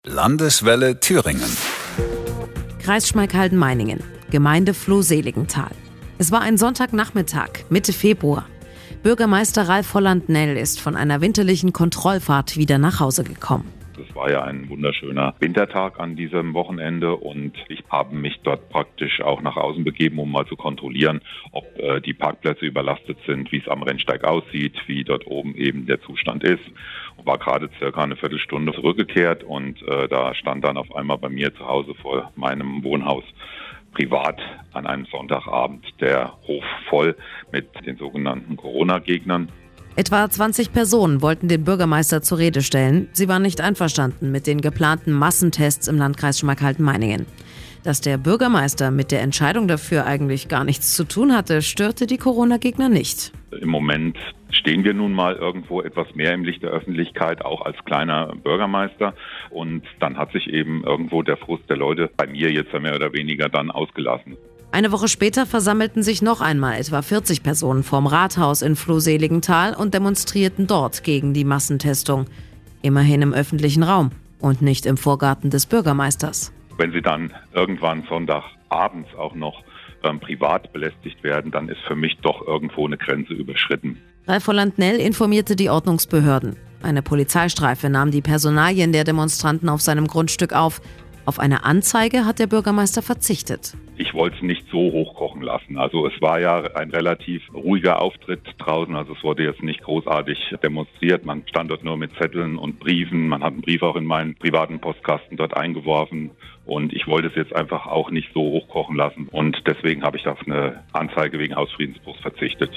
Landeswelle Thüringen. Kreis Schmalkalden-Meiningen, Gemeinde Flohseligenthal. Es war ein Sonntagnachmittag, Mitte Februar. Bürgermeister Ralf Holland-Nell ist von einer winterlichen Kontrollfahrt wieder nach Hause gekommen. Es war ja ein wunderschöner Wintertag an diesem Wochenende und ich habe mich dort praktisch auch nach außen begeben, um mal zu kontrollieren, ob die Parkplätze überlastet sind, wie es am Rennsteig aussieht, wie dort oben eben der Zustand ist. Und war gerade circa eine Viertelstunde zurückgekehrt und da stand dann auf einmal bei mir zu Hause vor meinem Wohnhaus privat an einem Sonntagabend der Hof voll mit den sogenannten Corona-Gegnern. Etwa 20 Personen wollten den Bürgermeister zur Rede stellen. Sie waren nicht einverstanden mit den geplanten Massentests im Landkreis Schmalkalden-Meiningen. Dass der Bürgermeister mit der Entscheidung dafür eigentlich gar nichts zu tun hatte, störte die Corona-Gegner nicht. Im Moment stehen wir nun mal irgendwo etwas mehr im Licht der Öffentlichkeit, auch als kleiner Bürgermeister. Und dann hat sich eben irgendwo der Frust der Leute bei mir jetzt mehr oder weniger dann ausgelassen. Eine Woche später versammelten sich noch einmal etwa 40 Personen vorm Rathaus in Flohseligenthal und demonstrierten dort gegen die Massentestung. Immerhin im öffentlichen Raum und nicht im Vorgarten des Bürgermeisters. Wenn sie dann irgendwann Sonntagabends auch noch privat belästigt werden, dann ist für mich doch irgendwo eine Grenze überschritten. Ralf Holland-Nell informierte die Ordnungsbehörden. Eine Polizeistreife nahm die Personalien der Demonstranten auf seinem Grundstück auf. Auf eine Anzeige hat der Bürgermeister verzichtet. Ich wollte es nicht so hochkochen lassen. Also es war ja ein relativ ruhiger Auftritt draußen. Also es wurde jetzt nicht großartig demonstriert. Man stand dort nur mit Zetteln und Briefen. Man hat einen Brief auch in meinen privaten Postkasten dort eingeworfen. Und ich wollte es jetzt einfach auch nicht so hochkochen lassen. Und deswegen habe ich auf eine Anzeige wegen Hausfriedensbruchs verzichtet.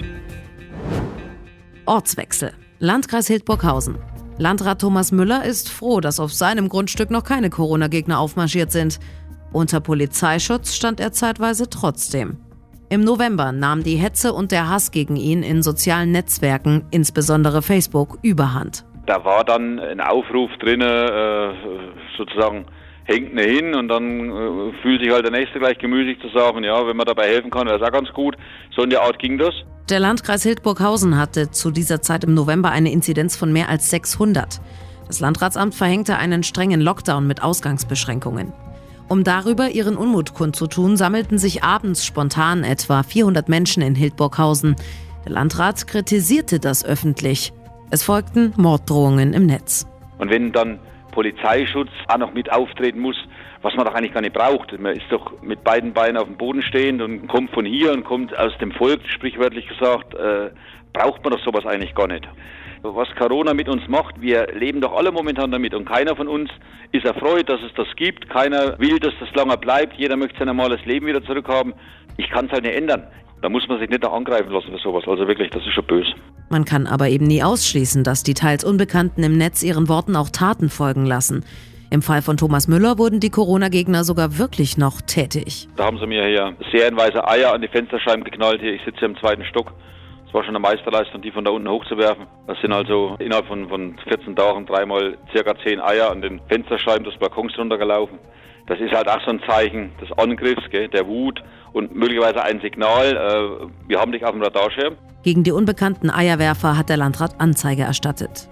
Ortswechsel. Landkreis Hildburghausen. Landrat Thomas Müller ist froh, dass auf seinem Grundstück noch keine Corona-Gegner aufmarschiert sind. Unter Polizeischutz stand er zeitweise trotzdem. Im November nahm die Hetze und der Hass gegen ihn in sozialen Netzwerken, insbesondere Facebook, überhand. Da war dann ein Aufruf drin, sozusagen hängt ne hin und dann fühlt sich halt der Nächste gleich gemüßig zu sagen, ja, wenn man dabei helfen kann, wäre es auch ganz gut. So in der Art ging das. Der Landkreis Hildburghausen hatte zu dieser Zeit im November eine Inzidenz von mehr als 600. Das Landratsamt verhängte einen strengen Lockdown mit Ausgangsbeschränkungen. Um darüber ihren Unmut kundzutun, sammelten sich abends spontan etwa 400 Menschen in Hildburghausen. Der Landrat kritisierte das öffentlich. Es folgten Morddrohungen im Netz. Und wenn dann Polizeischutz auch noch mit auftreten muss, was man doch eigentlich gar nicht braucht. Man ist doch mit beiden Beinen auf dem Boden stehend und kommt von hier und kommt aus dem Volk, sprichwörtlich gesagt, braucht man doch sowas eigentlich gar nicht. Was Corona mit uns macht, wir leben doch alle momentan damit und keiner von uns ist erfreut, dass es das gibt. Keiner will, dass das lange bleibt. Jeder möchte sein normales Leben wieder zurückhaben. Ich kann es halt nicht ändern. Da muss man sich nicht noch angreifen lassen für sowas. Also wirklich, das ist schon böse. Man kann aber eben nie ausschließen, dass die teils Unbekannten im Netz ihren Worten auch Taten folgen lassen. Im Fall von Thomas Müller wurden die Corona-Gegner sogar wirklich noch tätig. Da haben sie mir hier serienweise Eier an die Fensterscheiben geknallt. Hier, ich sitze hier im 2. Stock. Es war schon eine Meisterleistung, die von da unten hochzuwerfen. Das sind also innerhalb von 14 Tagen dreimal ca. 10 Eier an den Fensterscheiben des Balkons runtergelaufen. Das ist halt auch so ein Zeichen des Angriffs, der Wut und möglicherweise ein Signal, wir haben dich auf dem Radarschirm. Gegen die unbekannten Eierwerfer hat der Landrat Anzeige erstattet.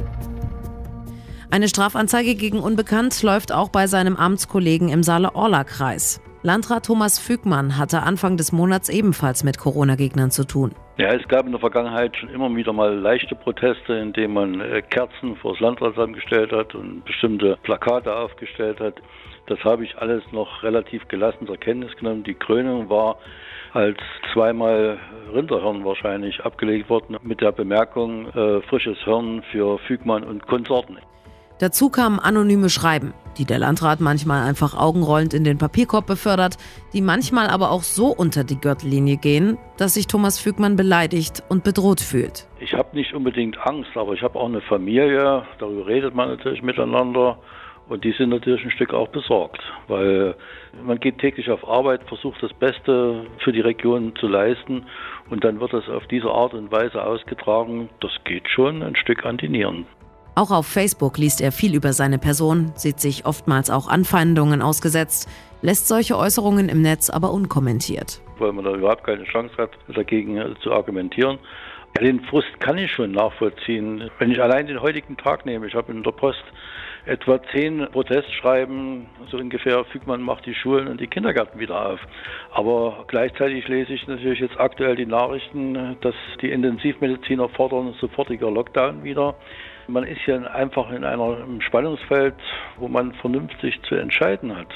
Eine Strafanzeige gegen Unbekannt läuft auch bei seinem Amtskollegen im Saale-Orla-Kreis. Landrat Thomas Fügmann hatte Anfang des Monats ebenfalls mit Corona-Gegnern zu tun. Ja, es gab in der Vergangenheit schon immer wieder mal leichte Proteste, indem man Kerzen vor das Landratsamt gestellt hat und bestimmte Plakate aufgestellt hat. Das habe ich alles noch relativ gelassen zur Kenntnis genommen. Die Krönung war, als zweimal Rinderhirn wahrscheinlich abgelegt worden, mit der Bemerkung frisches Hirn für Fügmann und Konsorten. Dazu kamen anonyme Schreiben, die der Landrat manchmal einfach augenrollend in den Papierkorb befördert, die manchmal aber auch so unter die Gürtellinie gehen, dass sich Thomas Fügmann beleidigt und bedroht fühlt. Ich habe nicht unbedingt Angst, aber ich habe auch eine Familie, darüber redet man natürlich miteinander und die sind natürlich ein Stück auch besorgt, weil man geht täglich auf Arbeit, versucht das Beste für die Region zu leisten und dann wird das auf diese Art und Weise ausgetragen, das geht schon ein Stück an die Nieren. Auch auf Facebook liest er viel über seine Person, sieht sich oftmals auch Anfeindungen ausgesetzt, lässt solche Äußerungen im Netz aber unkommentiert. Weil man da überhaupt keine Chance hat, dagegen zu argumentieren. Ja, den Frust kann ich schon nachvollziehen. Wenn ich allein den heutigen Tag nehme, ich habe in der Post etwa 10 Protestschreiben, so ungefähr, man macht die Schulen und die Kindergärten wieder auf. Aber gleichzeitig lese ich natürlich jetzt aktuell die Nachrichten, dass die Intensivmediziner fordern, sofortiger Lockdown wieder. Man ist hier einfach in einem Spannungsfeld, wo man vernünftig zu entscheiden hat.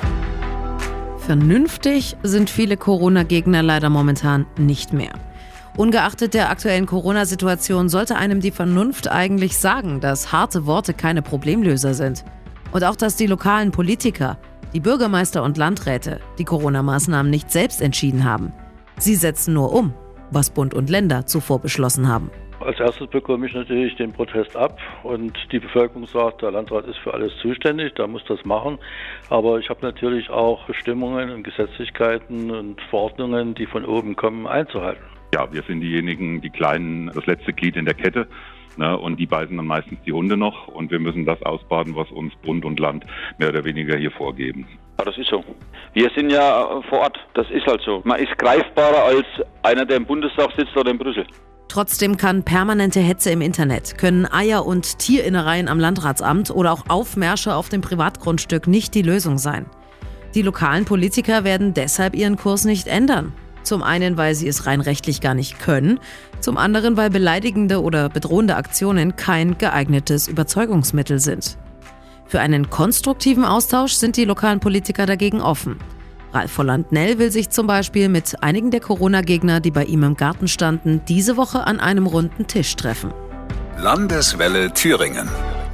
Vernünftig sind viele Corona-Gegner leider momentan nicht mehr. Ungeachtet der aktuellen Corona-Situation sollte einem die Vernunft eigentlich sagen, dass harte Worte keine Problemlöser sind. Und auch, dass die lokalen Politiker, die Bürgermeister und Landräte, die Corona-Maßnahmen nicht selbst entschieden haben. Sie setzen nur um, was Bund und Länder zuvor beschlossen haben. Als erstes bekomme ich natürlich den Protest ab und die Bevölkerung sagt, der Landrat ist für alles zuständig, der muss das machen. Aber ich habe natürlich auch Bestimmungen und Gesetzlichkeiten und Verordnungen, die von oben kommen, einzuhalten. Ja, wir sind diejenigen, die Kleinen, das letzte Glied in der Kette. Ne, und die beißen dann meistens die Hunde noch und wir müssen das ausbaden, was uns Bund und Land mehr oder weniger hier vorgeben. Ja, das ist so. Wir sind ja vor Ort. Das ist halt so. Man ist greifbarer als einer, der im Bundestag sitzt oder in Brüssel. Trotzdem kann permanente Hetze im Internet, können Eier- und Tierinnereien am Landratsamt oder auch Aufmärsche auf dem Privatgrundstück nicht die Lösung sein. Die lokalen Politiker werden deshalb ihren Kurs nicht ändern. Zum einen, weil sie es rein rechtlich gar nicht können, zum anderen, weil beleidigende oder bedrohende Aktionen kein geeignetes Überzeugungsmittel sind. Für einen konstruktiven Austausch sind die lokalen Politiker dagegen offen. Ralf Volland-Nell will sich zum Beispiel mit einigen der Corona-Gegner, die bei ihm im Garten standen, diese Woche an einem runden Tisch treffen. Landeswelle Thüringen.